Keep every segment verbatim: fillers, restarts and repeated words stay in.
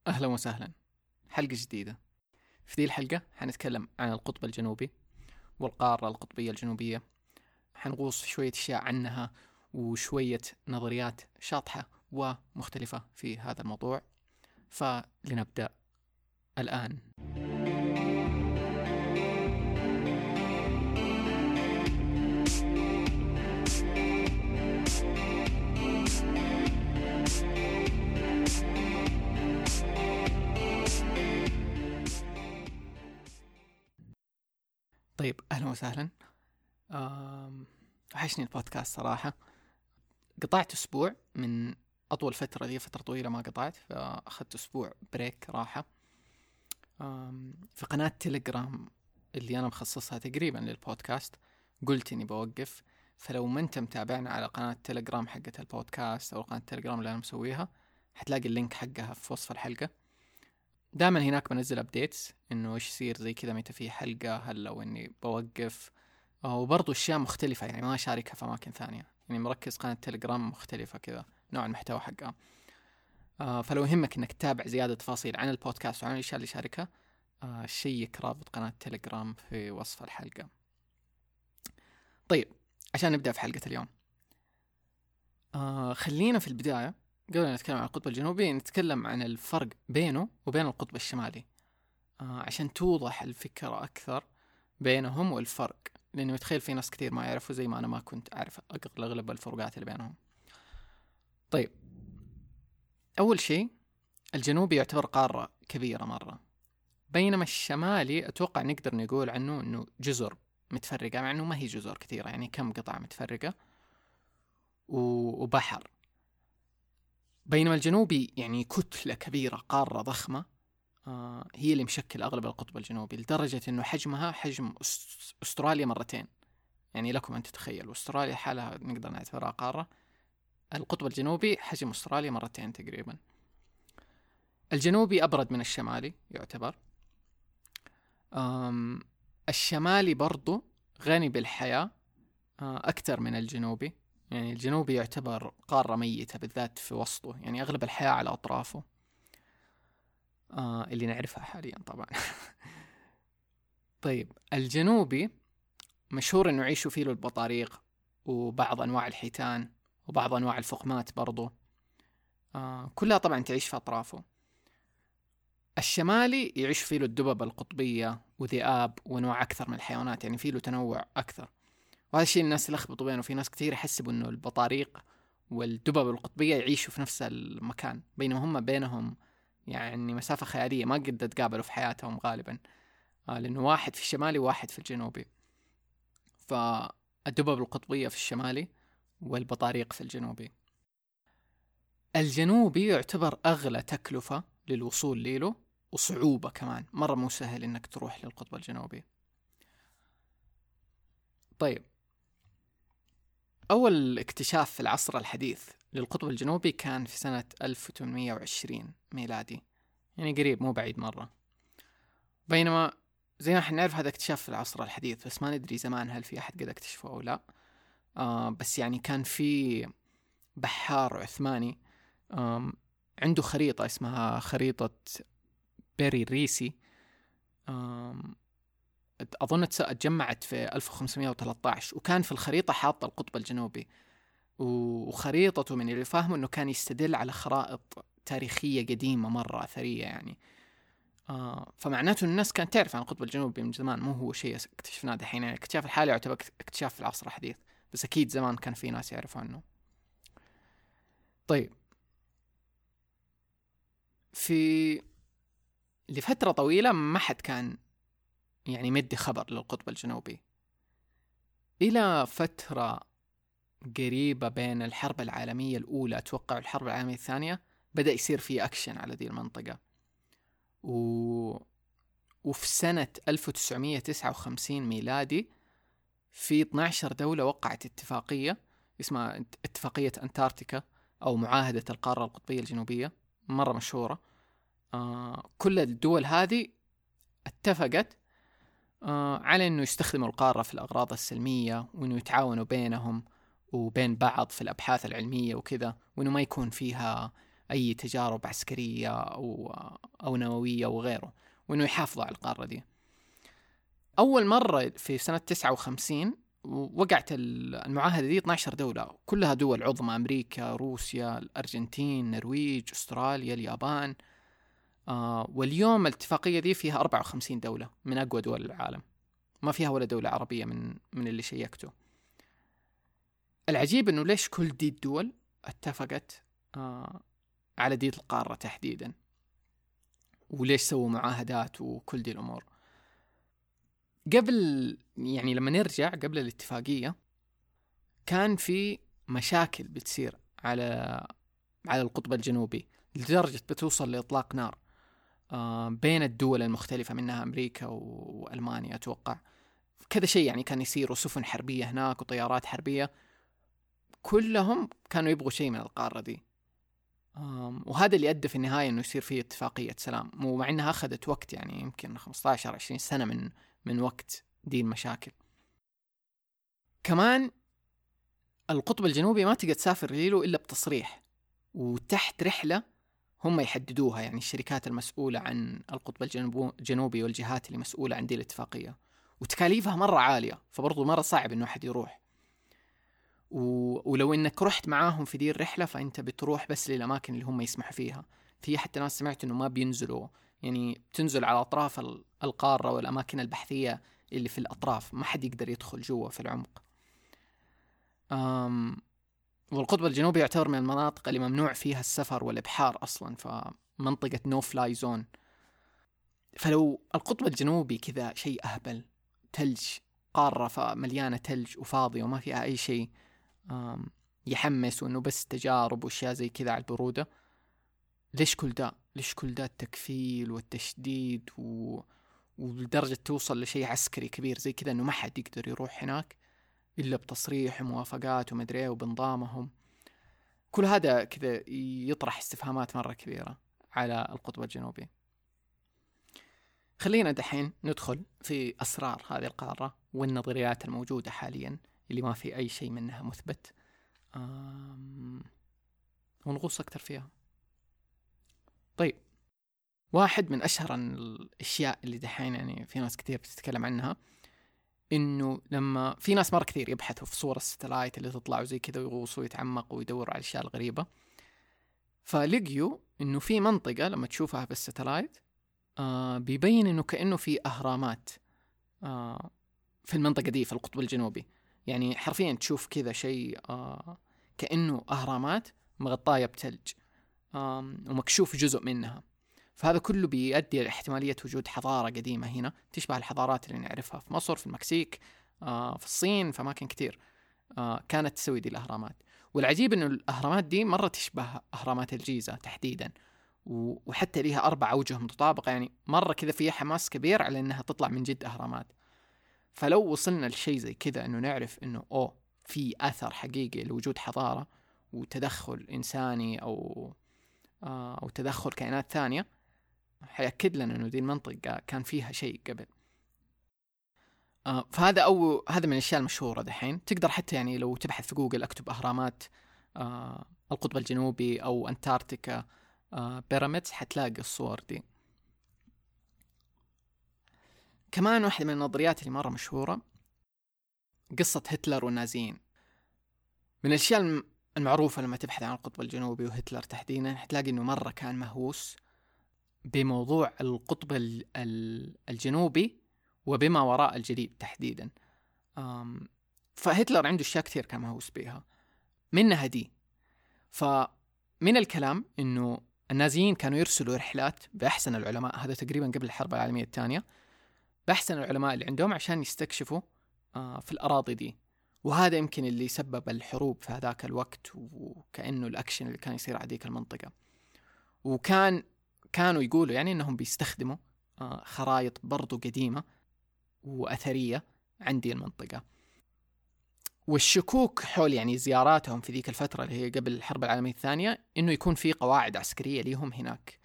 أهلا وسهلا. حلقة جديدة. في دي الحلقة حنتكلم عن القطب الجنوبي والقارة القطبية الجنوبية. حنغوص في شوية أشياء عنها وشوية نظريات شاطحة ومختلفة في هذا الموضوع. فلنبدأ الآن. طيب أهلا وسهلا. وحشني البودكاست صراحة. قطعت أسبوع من أطول فترة لي، فترة طويلة ما قطعت، فأخذت أسبوع بريك راحة. في قناة تيليجرام اللي أنا مخصصها تقريبا للبودكاست قلت إني بوقف، فلو ما أنت متابعنا على قناة تيليجرام حقة البودكاست أو قناة تيليجرام اللي أنا مسويها حتلاقي اللينك حقها في وصف الحلقة. دائما هناك بنزل أبديتس إنه إيش يصير زي كذا، متى في حلقة، هل لو إني بوقف، وبرضو أشياء مختلفة يعني ما أشاركها في أماكن ثانية. يعني مركز قناة تيليجرام مختلفة كذا نوع المحتوى حقها. آه فلو يهمك إنك تتابع زيادة تفاصيل عن البودكاست وعن الأشياء اللي شاركها، آه شيك رابط قناة تيليجرام في وصف الحلقة. طيب عشان نبدأ في حلقة اليوم، آه خلينا في البداية قبل أن نتكلم عن القطب الجنوبي نتكلم عن الفرق بينه وبين القطب الشمالي، آه عشان توضح الفكرة أكثر بينهم والفرق، لأنه يتخيل في ناس كثير ما يعرفوا زي ما أنا ما كنت أعرف أغلب الفروقات اللي بينهم. طيب أول شيء، الجنوبي يعتبر قارة كبيرة مرة، بينما الشمالي أتوقع نقدر نقول عنه أنه جزر متفرقة، مع أنه ما هي جزر كثيرة، يعني كم قطعة متفرقة وبحر. بينما الجنوبي يعني كتلة كبيرة، قارة ضخمة، آه هي اللي مشكل أغلب القطب الجنوبي، لدرجة أنه حجمها حجم أستراليا مرتين. يعني لكم أن تتخيلوا أستراليا حالها نقدر نعتبرها قارة، القطب الجنوبي حجم أستراليا مرتين تقريبا. الجنوبي أبرد من الشمالي يعتبر. أم الشمالي برضو غني بالحياة أكثر من الجنوبي. يعني الجنوبي يعتبر قارة ميتة بالذات في وسطه، يعني أغلب الحياة على أطرافه آه اللي نعرفها حاليا طبعا. طيب الجنوبي مشهور أنه يعيشوا فيه البطاريق وبعض أنواع الحيتان وبعض أنواع الفقمات برضو، آه كلها طبعا تعيش في أطرافه. الشمالي يعيش فيه الدببة القطبية وذئاب وأنواع أكثر من الحيوانات، يعني فيه تنوع أكثر. وهذا الشيء الناس يلخبطوا بينه، في ناس كثير يحسبوا أنه البطاريق والدببة القطبية يعيشوا في نفس المكان، بينما هم بينهم يعني مسافة خيالية، ما قد تقابلوا في حياتهم غالبا، آه لأنه واحد في الشمالي وواحد في الجنوبي. فالدببة القطبية في الشمالي والبطاريق في الجنوبي. الجنوبي يعتبر أغلى تكلفة للوصول له، وصعوبة كمان، مرة مو سهل إنك تروح للقطب الجنوبي. طيب أول اكتشاف في العصر الحديث للقطب الجنوبي كان في سنة ألف وثمانمائة وعشرين ميلادي، يعني قريب مو بعيد مرة. بينما زي ما احنا نعرف هذا اكتشاف في العصر الحديث، بس ما ندري زمان هل في أحد قد اكتشفه أو لا. آه بس يعني كان في بحار عثماني آه عنده خريطة اسمها خريطة بيري ريسي، أظن اتجمعت في ألف وخمسمائة وثلاثة عشر، وكان في الخريطة حاطة القطب الجنوبي، وخريطته من اللي فاهمه أنه كان يستدل على خرائط تاريخية قديمة مرة أثرية يعني. آه فمعناته الناس كانت تعرف عن القطب الجنوبي من زمان، مو هو شيء اكتشفناه دحين. يعني الاكتشاف الحالي يعتبر اكتشاف في العصر الحديث، بس أكيد زمان كان في ناس يعرفوا عنه. طيب في لفترة طويلة ما حد كان يعني مدي خبر للقطب الجنوبي، إلى فترة قريبة بين الحرب العالمية الأولى أتوقع الحرب العالمية الثانية بدأ يصير فيه أكشن على دي المنطقة. و... وفي سنة ألف وتسعمائة وتسعة وخمسين ميلادي في اثنا عشر دولة وقعت اتفاقية اسمها اتفاقية أنتاركتيكا أو معاهدة القارة القطبية الجنوبية، مرة مشهورة. آه كل الدول هذه اتفقت آه على أنه يستخدموا القارة في الأغراض السلمية، وأنه يتعاونوا بينهم وبين بعض في الأبحاث العلمية وكذا، وأنه ما يكون فيها أي تجارب عسكرية أو أو نووية وغيره، وإنه يحافظوا على القارة دي. أول مرة في سنة تسعة وخمسين وقعت المعاهدة دي اثنا عشر دولة، كلها دول عظمى: أمريكا، روسيا، الأرجنتين، النرويج، أستراليا، اليابان. آه واليوم الاتفاقية دي فيها أربعة وخمسين دولة من أقوى دول العالم، ما فيها ولا دولة عربية من من اللي شيكته. العجيب إنه ليش كل دي الدول اتفقت آه على دي القارة تحديدا، وليش سووا معاهدات وكل دي الأمور. قبل يعني لما نرجع قبل الاتفاقية كان في مشاكل بتصير على على القطب الجنوبي، لدرجة بتوصل لإطلاق نار آه بين الدول المختلفة، منها أمريكا وألمانيا أتوقع. كذا شيء يعني كان يصير، وسفن حربية هناك وطيارات حربية، كلهم كانوا يبغوا شيء من القارة دي. وهذا اللي أدى في النهاية إنه يصير فيه اتفاقية سلام، ومع إنها أخذت وقت يعني يمكن خمسة عشر عشرين سنة من من وقت دي المشاكل. كمان القطب الجنوبي ما تقدر تسافر له إلا بتصريح وتحت رحلة هم يحددوها، يعني الشركات المسؤولة عن القطب الجنوبي والجهات اللي مسؤولة عن دي الاتفاقية، وتكاليفها مرة عالية، فبرضو مرة صعب إنه أحد يروح. و... ولو إنك رحت معاهم في دي الرحلة فأنت بتروح بس للأماكن اللي هم يسمحوا فيها. في حتى ناس سمعت إنه ما بينزلوا، يعني تنزل على أطراف القارة والأماكن البحثية اللي في الأطراف، ما حد يقدر يدخل جوا في العمق. أم... والقطب الجنوبي يعتبر من المناطق اللي ممنوع فيها السفر والإبحار أصلا، فمنطقة نو فلاي زون. فلو القطب الجنوبي كذا شيء أهبل، تلج، قارة مليانة تلج وفاضية وما فيها أي شيء يحمس، وإنه بس تجارب وأشياء زي كذا على البرودة، ليش كل ده؟ ليش كل ده التكفيل والتشديد و... ولدرجة توصل لشيء عسكري كبير زي كذا، إنه ما حد يقدر يروح هناك إلا بتصريح وموافقات ومدري وبنظامهم. كل هذا كذا يطرح استفهامات مرة كبيرة على القطب الجنوبي. خلينا دحين ندخل في أسرار هذه القارة والنظريات الموجودة حاليا اللي ما في أي شيء منها مثبت، ونغوص أكثر فيها. طيب، واحد من أشهر الأشياء اللي دحين يعني في ناس كثير بتتكلم عنها، إنه لما في ناس مرة كثير يبحثوا في صور الستلايت اللي تطلعوا زي كذا ويغوصوا ويتعمقوا ويدوروا على الأشياء الغريبة، فلقيوا إنه في منطقة لما تشوفها بالستلايت آه بيبين إنه كأنه في أهرامات آه في المنطقة دي في القطب الجنوبي. يعني حرفيا تشوف كذا شيء آه كأنه أهرامات مغطاية بتلج آه ومكشوف جزء منها. فهذا كله بيؤدي لاحتمالية وجود حضارة قديمة هنا تشبه الحضارات اللي نعرفها في مصر، في المكسيك، آه في الصين، في أماكن كتير آه كانت تسوي دي الأهرامات. والعجيب إنه الأهرامات دي مرة تشبه أهرامات الجيزة تحديداً، وحتى ليها أربع أوجه متطابقة، يعني مرة كذا فيها حماس كبير على أنها تطلع من جد أهرامات. فلو وصلنا لشيء زي كذا إنه نعرف إنه أوه في أثر حقيقي لوجود حضارة وتدخل إنساني أو آه أو تدخل كائنات ثانية، حيأكد لنا إنه دي المنطقة كان فيها شيء قبل. آه فهذا أو هذا من الأشياء المشهورة دحين. تقدر حتى يعني لو تبحث في جوجل اكتب أهرامات آه القطب الجنوبي أو أنتاركتيكا آه بيراميدز حتلاقي الصور دي. كمان واحدة من النظريات اللي مرة مشهورة قصة هتلر والنازيين. من الأشياء المعروفة لما تبحث عن القطب الجنوبي وهتلر تحديدا حتلاقي إنه مرة كان مهووس بموضوع القطب الجنوبي وبما وراء الجليد تحديدا. فهتلر عنده أشياء كثير كان مهووس بها، منها دي. فمن الكلام إنه النازيين كانوا يرسلوا رحلات بأحسن العلماء، هذا تقريبا قبل الحرب العالمية الثانية، بأحسن العلماء اللي عندهم عشان يستكشفوا في الأراضي دي. وهذا يمكن اللي سبب الحروب في هذاك الوقت، وكأنه الأكشن اللي كان يصير على ديك المنطقة. وكان كانوا يقولوا يعني إنهم بيستخدموا خرائط برضو قديمة وأثرية عندي المنطقة. والشكوك حول يعني زياراتهم في ذيك الفترة اللي هي قبل الحرب العالمية الثانية إنه يكون في قواعد عسكرية ليهم هناك.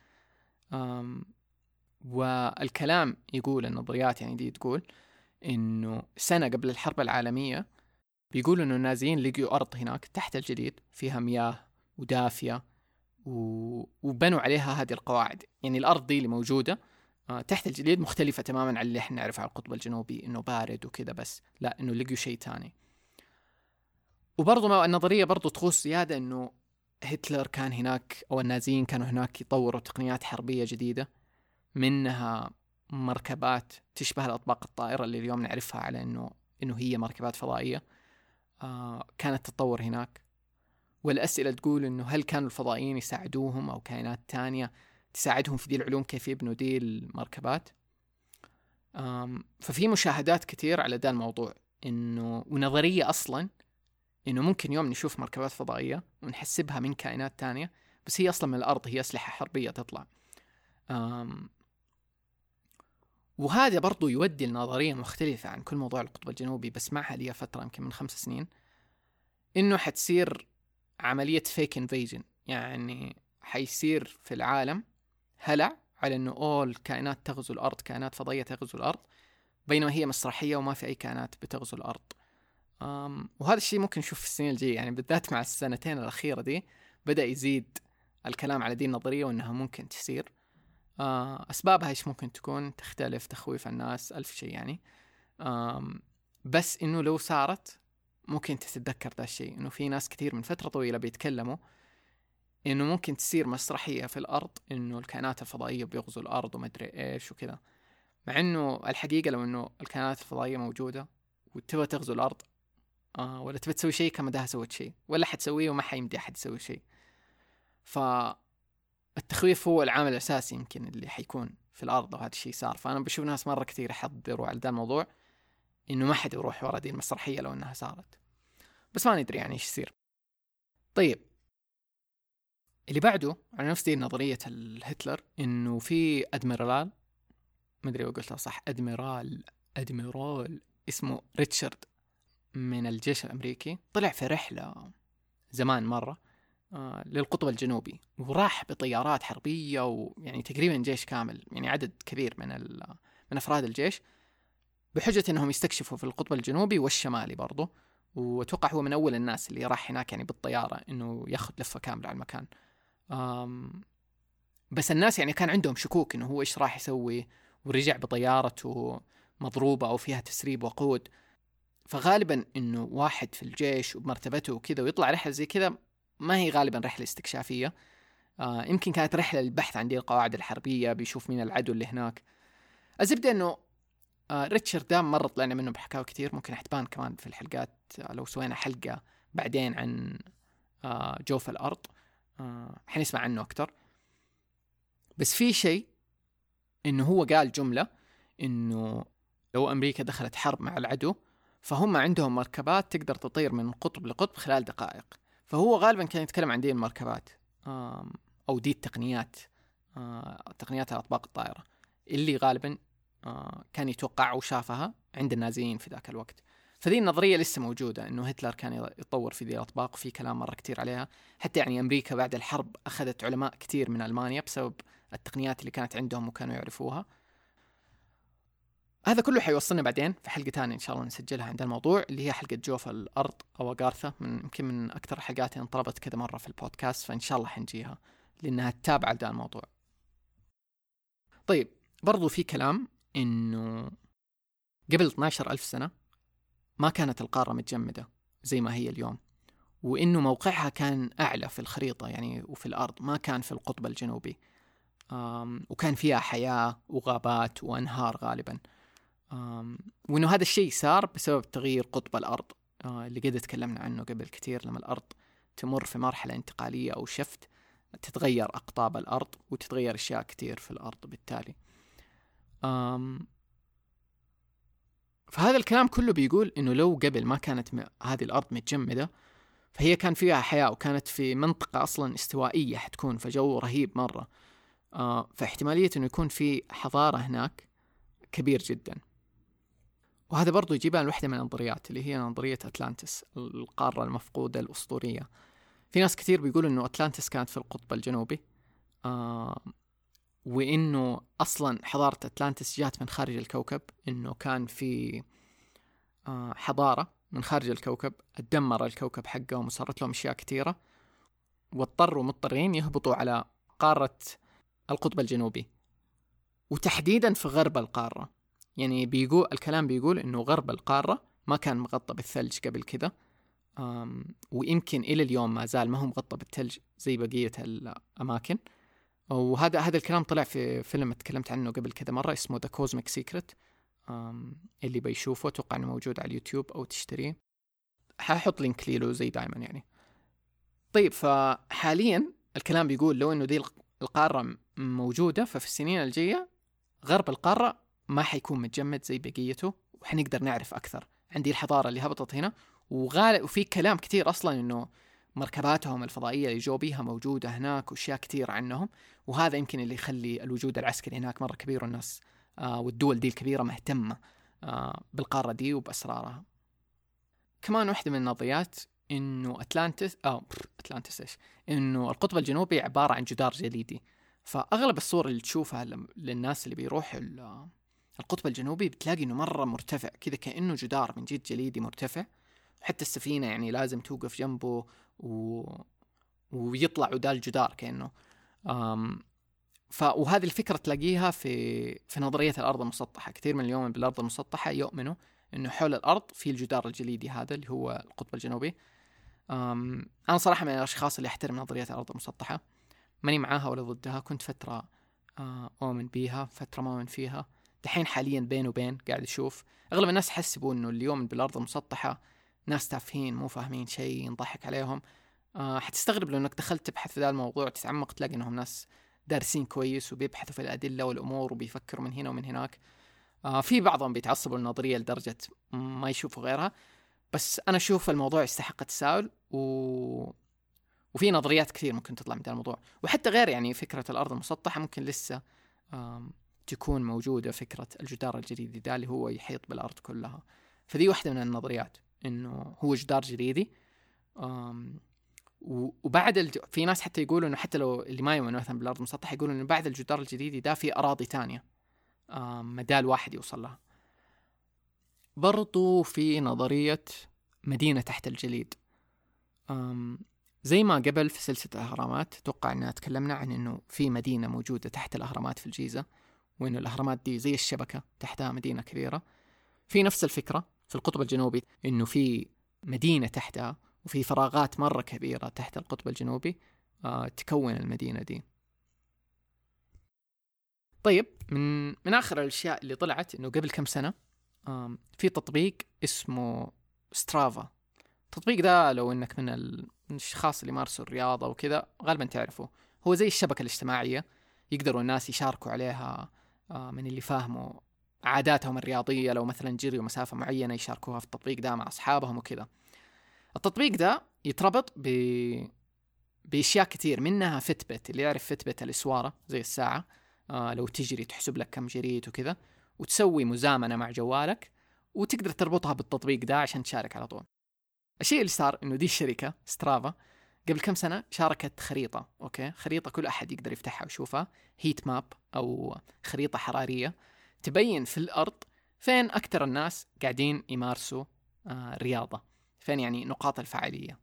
والكلام يقول، النظريات يعني دي تقول إنه سنة قبل الحرب العالمية بيقولوا إنه النازيين لقيوا أرض هناك تحت الجليد فيها مياه ودافية و... وبنوا عليها هذه القواعد. يعني الأرض دي اللي موجودة آه تحت الجليد مختلفة تماما عن اللي احنا نعرفه على القطب الجنوبي، إنه بارد وكذا، بس لا، إنه لقوا شيء تاني. وبرضو ما النظرية برضو تخص زيادة إنه هتلر كان هناك أو النازيين كانوا هناك يطوروا تقنيات حربية جديدة، منها مركبات تشبه الأطباق الطائرة اللي اليوم نعرفها على إنه إنه هي مركبات فضائية. آه كانت تتطور هناك. والأسئلة تقول إنه هل كانوا الفضائيين يساعدوهم أو كائنات تانية تساعدهم في دي العلوم، كيف يبنوا دي المركبات. ففي مشاهدات كتير على ده الموضوع، إنه ونظرية أصلاً إنه ممكن يوم نشوف مركبات فضائية ونحسبها من كائنات تانية، بس هي أصلاً من الأرض، هي أسلحة حربية تطلع. وهذا برضو يودي لنظرية مختلفة عن كل موضوع القطب الجنوبي بسمعها لي فترة يمكن من خمس سنين، إنه حتصير عملية فيك انفيجن. يعني حيصير في العالم هلع على إنه أول الكائنات تغزو الأرض، كائنات فضائية تغزو الأرض، بينما هي مسرحية وما في أي كائنات بتغزو الأرض. أم وهذا الشيء ممكن نشوف في السنين الجاية، يعني بالذات مع السنتين الأخيرة دي بدأ يزيد الكلام على دي النظرية وأنها ممكن تصير. أسبابها إيش ممكن تكون تختلف، تخويف الناس، ألف شيء يعني. بس إنه لو صارت ممكن تتذكر ذا الشيء، إنه في ناس كثير من فترة طويلة بيتكلموا إنه ممكن تصير مسرحية في الأرض، إنه الكائنات الفضائية بيغزوا الأرض وما أدري إيش وكذا، مع إنه الحقيقة لو إنه الكائنات الفضائية موجودة وتبغى تغزو الأرض آه ولا تبغى تسوي شيء كما ده سوت شيء، ولا حتسويه وما حيمدي أحد يسوي شيء. فالتخويف هو العامل الأساسي يمكن اللي حيكون في الأرض وهذا الشيء صار. فأنا بشوف ناس مرة كثير يحضروا على ذا الموضوع إنه ما حد يروح ورا دي المسرحية لو إنها صارت، بس ما ندري يعني إيش يصير. طيب اللي بعده على نفس دي نظرية الهتلر، إنه في أدميرال، مدري لو قلتها صح، أدميرال أدميرال اسمه ريتشارد من الجيش الأمريكي، طلع في رحلة زمان مرة آه للقطب الجنوبي، وراح بطيارات حربية، ويعني تقريبا جيش كامل، يعني عدد كبير من من أفراد الجيش، بحجة أنهم يستكشفوا في القطب الجنوبي والشمالي برضو. وأتوقع هو من أول الناس اللي راح هناك يعني بالطيارة إنه ياخد لفة كاملة على المكان. بس الناس يعني كان عندهم شكوك إنه هو إيش راح يسوي، ورجع بطيارته مضروبة أو فيها تسريب وقود. فغالبا إنه واحد في الجيش وبمرتبته وكذا ويطلع رحلة زي كذا ما هي غالبا رحلة استكشافية. آه يمكن كانت رحلة للبحث عن دي القواعد الحربية، بيشوف مين العدو اللي هناك. الزبدة إنه آه ريتشارد دام مرة طلعنا منه بحكاوي كتير، ممكن حتبان كمان في الحلقات آه لو سوينا حلقة بعدين عن آه جوف الأرض آه حنسمع عنه أكتر. بس في شيء إنه هو قال جملة إنه لو أمريكا دخلت حرب مع العدو فهم عندهم مركبات تقدر تطير من قطب لقطب خلال دقائق. فهو غالبا كان يتكلم عن دي المركبات أو دي التقنيات، تقنيات الأطباق الطائرة اللي غالبا كان يتوقع وشافها عند النازيين في ذاك الوقت. فذي النظرية لسه موجودة، إنه هتلر كان يطور في ذي الأطباق، وفي كلام مرة كتير عليها. حتى يعني أمريكا بعد الحرب أخذت علماء كتير من ألمانيا بسبب التقنيات اللي كانت عندهم وكانوا يعرفوها. هذا كله حيوصلنا بعدين في حلقة تانية إن شاء الله نسجلها عند الموضوع، اللي هي حلقة جوف الأرض أو أغارثا، من يمكن من أكثر الحلقات اللي انطلبت كذا مرة في البودكاست، فإن شاء الله حنجيها لأنها تتابع لهذا الموضوع. طيب برضو في كلام إنه قبل اثنا عشر ألف سنة ما كانت القارة متجمدة زي ما هي اليوم، وإنه موقعها كان أعلى في الخريطة يعني وفي الأرض، ما كان في القطب الجنوبي، وكان فيها حياة وغابات وأنهار غالباً. وإنه هذا الشيء صار بسبب تغيير قطب الأرض اللي قد تكلمنا عنه قبل كتير. لما الأرض تمر في مرحلة انتقالية أو شفت تتغير أقطاب الأرض وتتغير أشياء كتير في الأرض بالتالي. فهذا الكلام كله بيقول إنه لو قبل ما كانت م... هذه الأرض متجمدة، فهي كان فيها حياة وكانت في منطقة أصلا استوائية حتكون في جو رهيب مرة. آه فاحتمالية إنه يكون في حضارة هناك كبير جدا. وهذا برضو يجيبها لوحدة من النظريات اللي هي نظرية أتلانتس، القارة المفقودة الأسطورية. في ناس كثير بيقولوا إنه أتلانتس كانت في القطب الجنوبي، آه وإنه أصلا حضارة أتلانتس جات من خارج الكوكب، إنه كان في آه حضارة من خارج الكوكب اتدمر الكوكب حقهم وصارت لهم أشياء كثيرة، واضطروا مضطرين يهبطوا على قارة القطب الجنوبي، وتحديدا في غرب القارة. يعني بيقول الكلام بيقول إنه غرب القارة ما كان مغطى بالثلج قبل كده، ويمكن إلى اليوم ما زال ما هو مغطى بالثلج زي بقية الأماكن. وهذا هذا الكلام طلع في فيلم تكلمت عنه قبل كذا مرة اسمه The Cosmic Secret، اللي بيشوفه توقع إنه موجود على اليوتيوب أو تشتريه، هحط لينك ليلو زي دائما يعني. طيب، فحاليا الكلام بيقول لو إنه دي القارة موجودة، ففي السنين الجاية غرب القارة ما حيكون متجمد زي بقيته، وحنقدر نعرف أكثر عن دي الحضارة اللي هبطت هنا. وغالب وفي كلام كتير أصلا إنه مركباتهم الفضائية اللي جو بيها موجودة هناك، وأشياء كتير عنهم، وهذا يمكن اللي يخلي الوجود العسكري هناك مرة كبير، والناس آه والدول دي الكبيرة مهتمة آه بالقارة دي وبأسرارها. كمان واحدة من النظريات إنه أتلانتس أو أتلانتس إيش إنه القطب الجنوبي عبارة عن جدار جليدي. فأغلب الصور اللي تشوفها للناس اللي بيروحوا القطب الجنوبي بتلاقي إنه مرة مرتفع كذا، كأنه جدار من جد جليدي مرتفع، حتى السفينة يعني لازم توقف جنبه و... ويطلعوا دا الجدار كأنه أم... ف... وهذه الفكرة تلاقيها في في نظرية الأرض المسطحة. كثير من اليوم بالأرض المسطحة يؤمنوا إنه حول الأرض في الجدار الجليدي هذا اللي هو القطب الجنوبي. أم... أنا صراحة من الأشخاص اللي أحترم نظرية الأرض المسطحة، ماني معاها ولا ضدها. كنت فترة أؤمن بيها، فترة ما أؤمن فيها. دحين حاليا بين وبين قاعد أشوف أغلب الناس حسبوا إنه اليوم بالأرض المسطحة ناس تافهين مو فاهمين شيء ينضحك عليهم. أه حتستغرب لو إنك دخلت تبحث في ذا الموضوع تتعمق تلاقي إنهم ناس دارسين كويس وبيبحثوا في الأدلة والأمور وبيفكروا من هنا ومن هناك. أه في بعضهم بيتعصبوا النظرية لدرجة ما يشوفوا غيرها، بس أنا أشوف الموضوع يستحق التساؤل، و... وفي نظريات كثير ممكن تطلع من هذا الموضوع. وحتى غير يعني فكرة الأرض المسطحة ممكن لسه تكون موجودة فكرة الجدار الجليدي ده اللي هو يحيط بالأرض كلها. فدي واحدة من النظريات إنه هو جدار جليدي. وبعد الج... في ناس حتى يقولوا إنه حتى لو اللي ما يؤمنوا مثلا بالأرض المسطحة يقولوا إنه بعد الجدار الجليدي ده في أراضي تانية مجال واحد يوصل لها. برضو في نظرية مدينة تحت الجليد. زي ما قبل في سلسلة الأهرامات توقع أننا تكلمنا عن أنه في مدينة موجودة تحت الأهرامات في الجيزة، وأنه الأهرامات دي زي الشبكة تحتها مدينة كبيرة. في نفس الفكرة في القطب الجنوبي، أنه في مدينة تحتها وفي فراغات مرة كبيرة تحت القطب الجنوبي آه تكون المدينة دي. طيب، من من آخر الأشياء اللي طلعت أنه قبل كم سنة آه في تطبيق اسمه سترافا. التطبيق ده لو أنك من ال الاشخاص اللي مارسوا الرياضة وكذا غالبا تعرفوا، هو زي الشبكة الاجتماعية يقدروا الناس يشاركوا عليها من اللي فاهموا عاداتهم الرياضية. لو مثلا جريوا مسافة معينة يشاركوها في التطبيق ده مع أصحابهم وكذا. التطبيق ده يتربط ب... بأشياء كتير، منها فتبت. اللي يعرف فتبت الإسوارة زي الساعة، آه لو تجري تحسب لك كم جريت وكذا، وتسوي مزامنة مع جوالك وتقدر تربطها بالتطبيق ده عشان تشارك على طول. الشيء اللي صار إنه دي الشركة سترافا قبل كم سنة شاركت خريطة، أوكي، خريطة كل أحد يقدر يفتحها ويشوفها، هيت ماب أو خريطة حرارية تبين في الأرض فين أكتر الناس قاعدين يمارسوا آه رياضة، فين يعني نقاط الفعالية.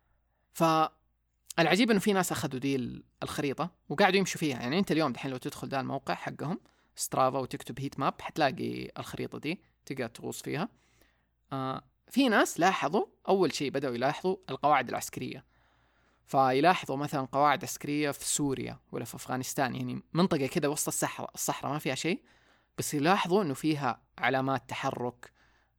فالعجيب إنه في ناس أخذوا دي الخريطة وقاعدوا يمشوا فيها. يعني أنت اليوم دحين لو تدخل ده الموقع حقهم سترافا وتكتب هيت ماب حتلاقي الخريطة دي تقدر تغوص فيها. آه في ناس لاحظوا أول شيء بدأوا يلاحظوا القواعد العسكرية، فيلاحظوا مثلا قواعد عسكرية في سوريا ولا في أفغانستان، يعني منطقة كده وسط الصحراء الصحراء ما فيها شيء، بس يلاحظوا إنه فيها علامات تحرك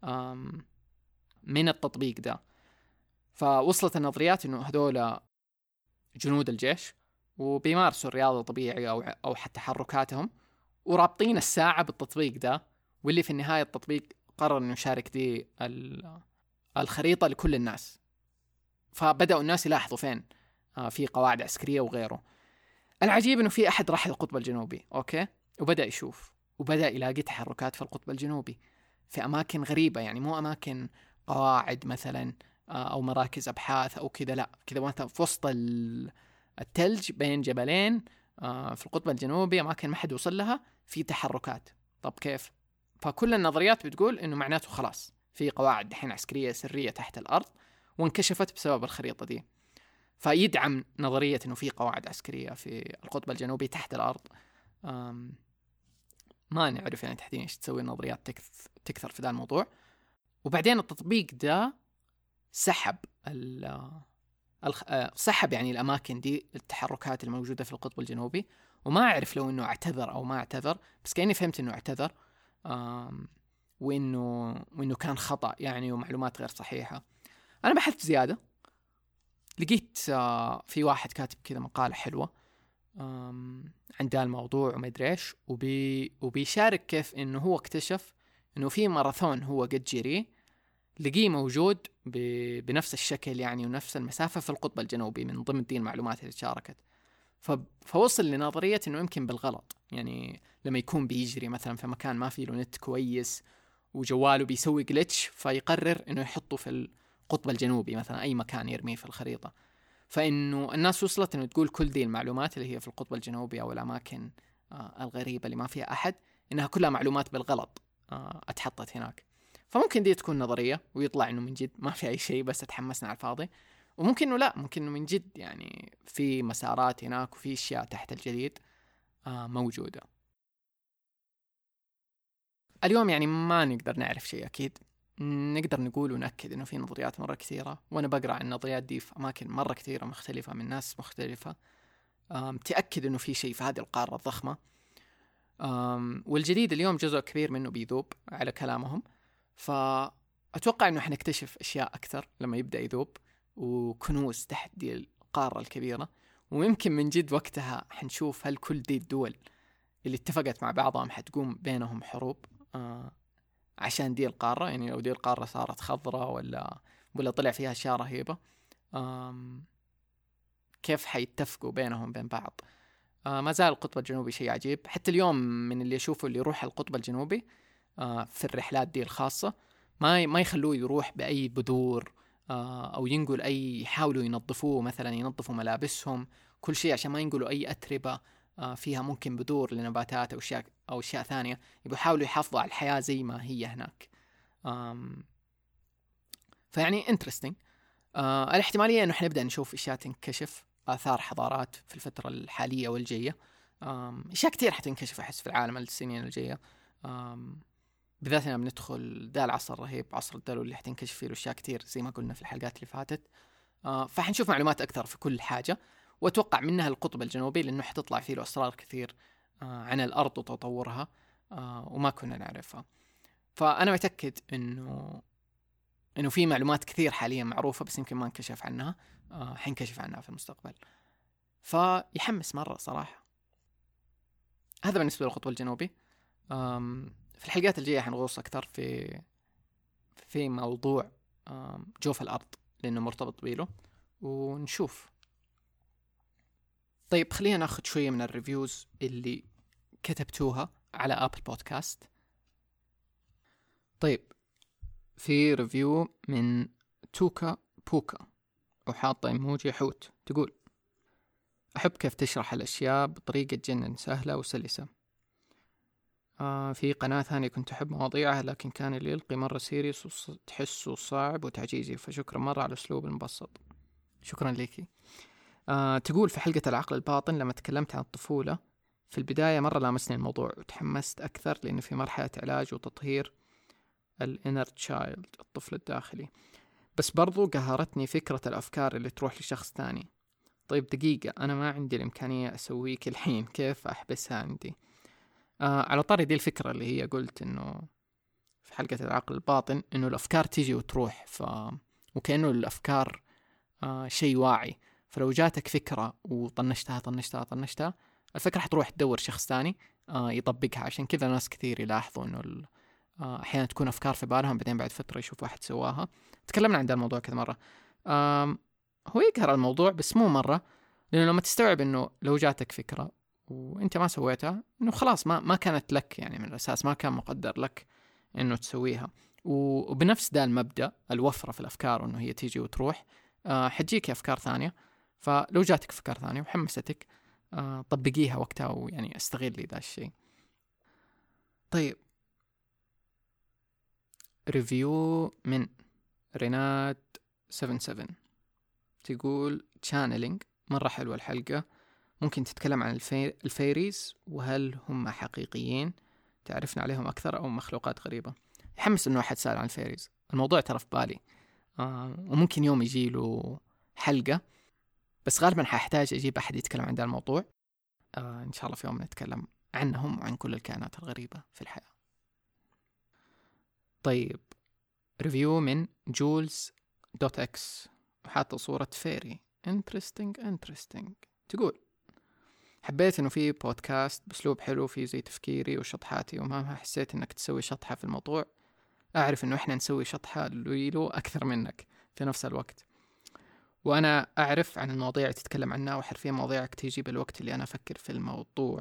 من التطبيق ده. فوصلت النظريات إنه هذول جنود الجيش وبيمارسوا الرياضة طبيعي أو أو حتى تحركاتهم، ورابطين الساعة بالتطبيق ده. واللي في النهاية التطبيق قرر إنه يشارك دي الخريطة لكل الناس. فبدأوا الناس يلاحظوا فين آه في قواعد عسكرية وغيره. العجيب إنه في أحد راح للقطب الجنوبي، أوكي، وبدأ يشوف وبدأ يلاقي تحركات في القطب الجنوبي في أماكن غريبة، يعني مو أماكن قواعد مثلا آه أو مراكز أبحاث أو كذا، لا كذا مثلا في وسط التلج بين جبلين آه في القطب الجنوبي، أماكن ما حد وصل لها في تحركات. طب كيف؟ فكل النظريات بتقول إنه معناته خلاص في قواعد دحين عسكرية سرية تحت الأرض وانكشفت بسبب الخريطة دي. فيدعم نظرية إنه في قواعد عسكرية في القطب الجنوبي تحت الأرض. ما نعرف يعني تحديدا إيش تسوي النظريات تكثر في ذا الموضوع. وبعدين التطبيق ده سحب ال سحب يعني الأماكن دي، التحركات الموجودة في القطب الجنوبي، وما أعرف لو إنه اعتذر أو ما اعتذر، بس كأني فهمت إنه اعتذر وإنه وإنه كان خطأ يعني ومعلومات غير صحيحة. أنا بحثت زيادة، لقيت في واحد كاتب كذا مقالة حلوة عن ذا الموضوع وما أدري إيش، وبي وبيشارك كيف إنه هو اكتشف إنه في ماراثون هو قد جريه لقيه موجود بنفس الشكل يعني ونفس المسافة في القطب الجنوبي من ضمن دي المعلومات اللي شاركت. فوصل لنظرية إنه يمكن بالغلط، يعني لما يكون بيجري مثلا في مكان ما فيه له نت كويس وجواله بيسوي جليتش، فيقرر إنه يحطه في القطب الجنوبي مثلا أي مكان يرميه في الخريطة. فإنه الناس وصلت إنه تقول كل دي المعلومات اللي هي في القطب الجنوبي أو الأماكن آه الغريبة اللي ما فيها أحد إنها كلها معلومات بالغلط آه اتحطت هناك. فممكن دي تكون نظرية ويطلع إنه من جد ما في أي شيء، بس اتحمسنا على الفاضي. وممكن إنه لا، ممكن إنه من جد يعني في مسارات هناك وفي أشياء تحت الجليد آه موجودة. اليوم يعني ما نقدر نعرف شيء أكيد، نقدر نقول ونأكد إنه في نظريات مرة كثيرة، وأنا بقرأ عن النظريات دي في أماكن مرة كثيرة مختلفة من ناس مختلفة تأكد إنه في شيء في هذه القارة الضخمة. والجديد اليوم جزء كبير منه بيذوب على كلامهم، فأتوقع إنه حنكتشف أشياء أكثر لما يبدأ يذوب، وكنوز تحت دي القارة الكبيرة. ويمكن من جد وقتها حنشوف هل كل دي الدول اللي اتفقت مع بعضهم حتقوم بينهم حروب آه عشان دي القارة. يعني لو دي القارة صارت خضراء ولا ولا طلع فيها أشياء رهيبة، كيف حيتفقوا بينهم بين بعض. آه ما زال القطب الجنوبي شيء عجيب. حتى اليوم من اللي يشوفه اللي يروح القطب الجنوبي آه في الرحلات دي الخاصة ما ما يخلوه يروح بأي بذور آه أو ينقل أي، يحاولوا ينظفوه مثلا، ينظفوا ملابسهم كل شيء عشان ما ينقلوا أي أتربة آه فيها ممكن بذور لنباتات أو أشياء أو أشياء ثانية. يبقوا يحاولوا يحافظوا على الحياة زي ما هي هناك. فيعني interesting. آه الاحتمالية أنه حنبدأ نشوف أشياء تنكشف، آثار حضارات في الفترة الحالية والجاية. أشياء كتير حتنكشف أحس في العالم السنين الجاية، بالذات أننا بندخل ذا العصر الرهيب، عصر الدلو اللي حتنكشف فيه أشياء كتير زي ما قلنا في الحلقات اللي فاتت. آه فحنشوف معلومات أكثر في كل حاجة، وأتوقع منها القطب الجنوبي لأنه حتطلع فيه له أسرار كثير آه عن الأرض وتطورها آه وما كنا نعرفها. فأنا متأكد إنه إنه في معلومات كثير حاليا معروفة بس يمكن ما انكشف عنها، آه حنكشف عنها في المستقبل. فيحمس مرة صراحة. هذا بالنسبة للقطب الجنوبي. في الحلقات الجاية حنغوص أكثر في في موضوع جوف الأرض لأنه مرتبط بيله، ونشوف. طيب خلينا ناخد شوية من الريفيوز اللي كتبتوها على أبل بودكاست. طيب في ريفيو من توكا بوكا وحاطة إيموجي حوت، تقول: أحب كيف تشرح الأشياء بطريقة جدا سهلة وسلسة. آه في قناة ثانية كنت أحب مواضيعها لكن كان اللي يلقي مرة سيريس وتحسه صعب وتعجيزي، فشكرا مرة على الأسلوب المبسط. شكرا ليكي. آه تقول: في حلقة العقل الباطن لما تكلمت عن الطفولة في البداية مرة لامسني الموضوع وتحمست أكثر لأنه في مرحلة علاج وتطهير الانر تشايلد، الطفل الداخلي، بس برضو قهرتني فكرة الأفكار اللي تروح لشخص تاني. طيب دقيقة، أنا ما عندي الإمكانية أسويك الحين، كيف أحبسها عندي؟ آه على طاري دي الفكرة اللي هي قلت إنه في حلقة العقل الباطن إنه الأفكار تيجي وتروح، ف وكأنه الأفكار آه شيء واعي، فلو جاتك فكرة وطنشتها طنشتها طنشتها الفكرة حتروح تدور شخص تاني آه يطبقها. عشان كذا ناس كثير يلاحظوا إنه ال... آه أحيانا تكون أفكار في بالهم بعدين بعد فترة يشوف واحد سواها. تكلمنا عن ده الموضوع كذا مرة. آه هو يقهر الموضوع بس مو مرة، لأنه لما تستوعب إنه لو جاتك فكرة وانت ما سويتها انه خلاص ما ما كانت لك، يعني من الاساس ما كان مقدر لك انه تسويها. وبنفس ده المبدأ الوفرة في الافكار انه هي تيجي وتروح، آه حتجيك افكار ثانية. فلو جاتك افكار ثانية وحمستك آه طبقيها وقتها ويعني استغلي ذا الشيء. طيب ريفيو من رينات سبعة سبعة تقول channeling مرة حلوة الحلقة، ممكن تتكلم عن الفي... الفيريز وهل هم حقيقيين، تعرفنا عليهم أكثر أو مخلوقات غريبة. يحمس إنه أحد سأل عن الفيريز، الموضوع ترى في بالي آه وممكن يوم يجي له حلقة، بس غالبا حاحتاج أجيب أحد يتكلم عن ذا الموضوع. آه إن شاء الله في يوم نتكلم عنهم وعن كل الكائنات الغريبة في الحياة. طيب ريفيو من جولز دوت اكس وحاطة صورة فيري interesting interesting. تقول حبيت إنه في بودكاست بأسلوب حلو فيه زي تفكيري وشطحاتي، ومهما حسيت إنك تسوي شطحة في الموضوع أعرف إنه إحنا نسوي شطحة له أكثر منك في نفس الوقت، وأنا أعرف عن المواضيع اللي تتكلم عنها، وحرفيا مواضيعك تيجي بالوقت اللي أنا أفكر في الموضوع.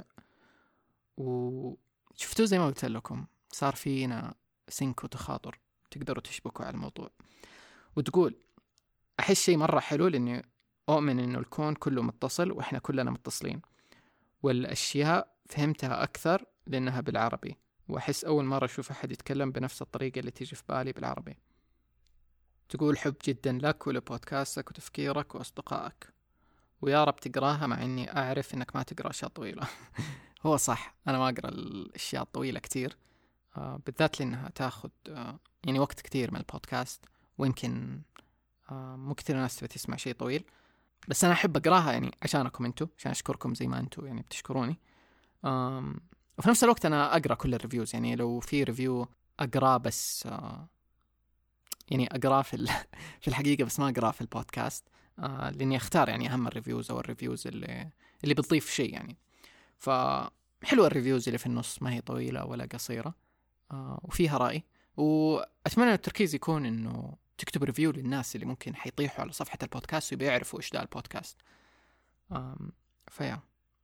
وشفتوا زي ما قلت لكم صار فينا سينك وتخاطر، تقدروا تشبكوا على الموضوع. وتقول أحس شيء مرة حلو لأني أؤمن إنه الكون كله متصل وإحنا كلنا متصلين، والأشياء فهمتها أكثر لأنها بالعربي، وأحس أول مرة أشوف أحد يتكلم بنفس الطريقة اللي تيجي في بالي بالعربي. تقول حب جدا لك ولبودكاستك وتفكيرك وأصدقائك، ويا رب تقراها مع إني أعرف إنك ما تقرأ أشياء طويلة. هو صح أنا ما أقرأ الأشياء الطويلة كتير، آه بالذات لأنها تاخد آه يعني وقت كتير من البودكاست، ويمكن آه مو كتير ناس تبي تسمع شيء طويل، بس أنا أحب أقراها يعني عشانكم أنتوا، عشان أشكركم زي ما أنتوا يعني بتشكروني. آم وفي نفس الوقت أنا أقرأ كل الريفيوز، يعني لو في ريفيو أقرأ بس آه يعني أقرأ في في الحقيقة، بس ما أقرأ في البودكاست آه لأني أختار يعني أهم الريفيوز أو الريفيوز اللي اللي بتضيف شيء يعني. فحلوة الريفيوز اللي في النص، ما هي طويلة ولا قصيرة آه وفيها رأي، وأتمنى التركيز يكون إنه تكتب ريفيو للناس اللي ممكن حيطيحوا على صفحة البودكاست وبيعرفوا إيش ده البودكاست. آم فيا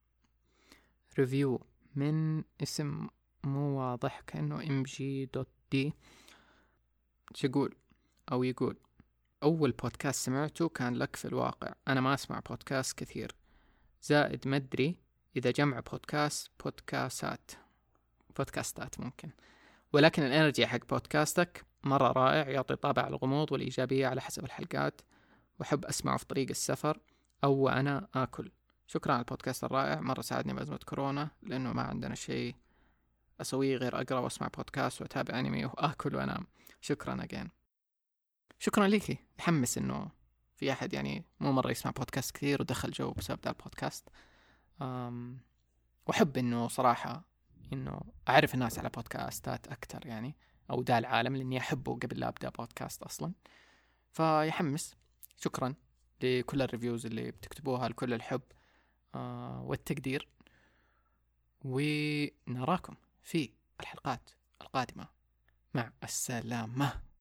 ريفيو من اسم مو واضح كأنه ام جي دوت دي. يقول أو يقول أول بودكاست سمعته كان لك في الواقع، أنا ما أسمع بودكاست كثير، زائد مدري إذا جمع بودكاست بودكاستات بودكاستات ممكن، ولكن الانرجي حق بودكاستك مرة رائع، يعطي طابع الغموض والإيجابية على حسب الحلقات، وأحب أسمعه في طريق السفر أو وأنا آكل. شكرا على البودكاست الرائع، مرة ساعدني بأزمة كورونا لأنه ما عندنا شيء أسويه غير أقرأ وأسمع بودكاست وأتابع أنمي وآكل وأنام. شكرا أجين. شكرا ليكي، يحمس إنه في أحد يعني مو مرة يسمع بودكاست كثير ودخل جو بسبب ذا البودكاست. أم وأحب إنه صراحة إنه أعرف الناس على بودكاستات أكتر يعني، أو دا العالم لأني أحبه قبل لا أبدأ بودكاست أصلا، فيحمس. شكرا لكل الريفيوز اللي بتكتبوها، لكل الحب آه والتقدير، ونراكم في الحلقات القادمة. مع السلامة.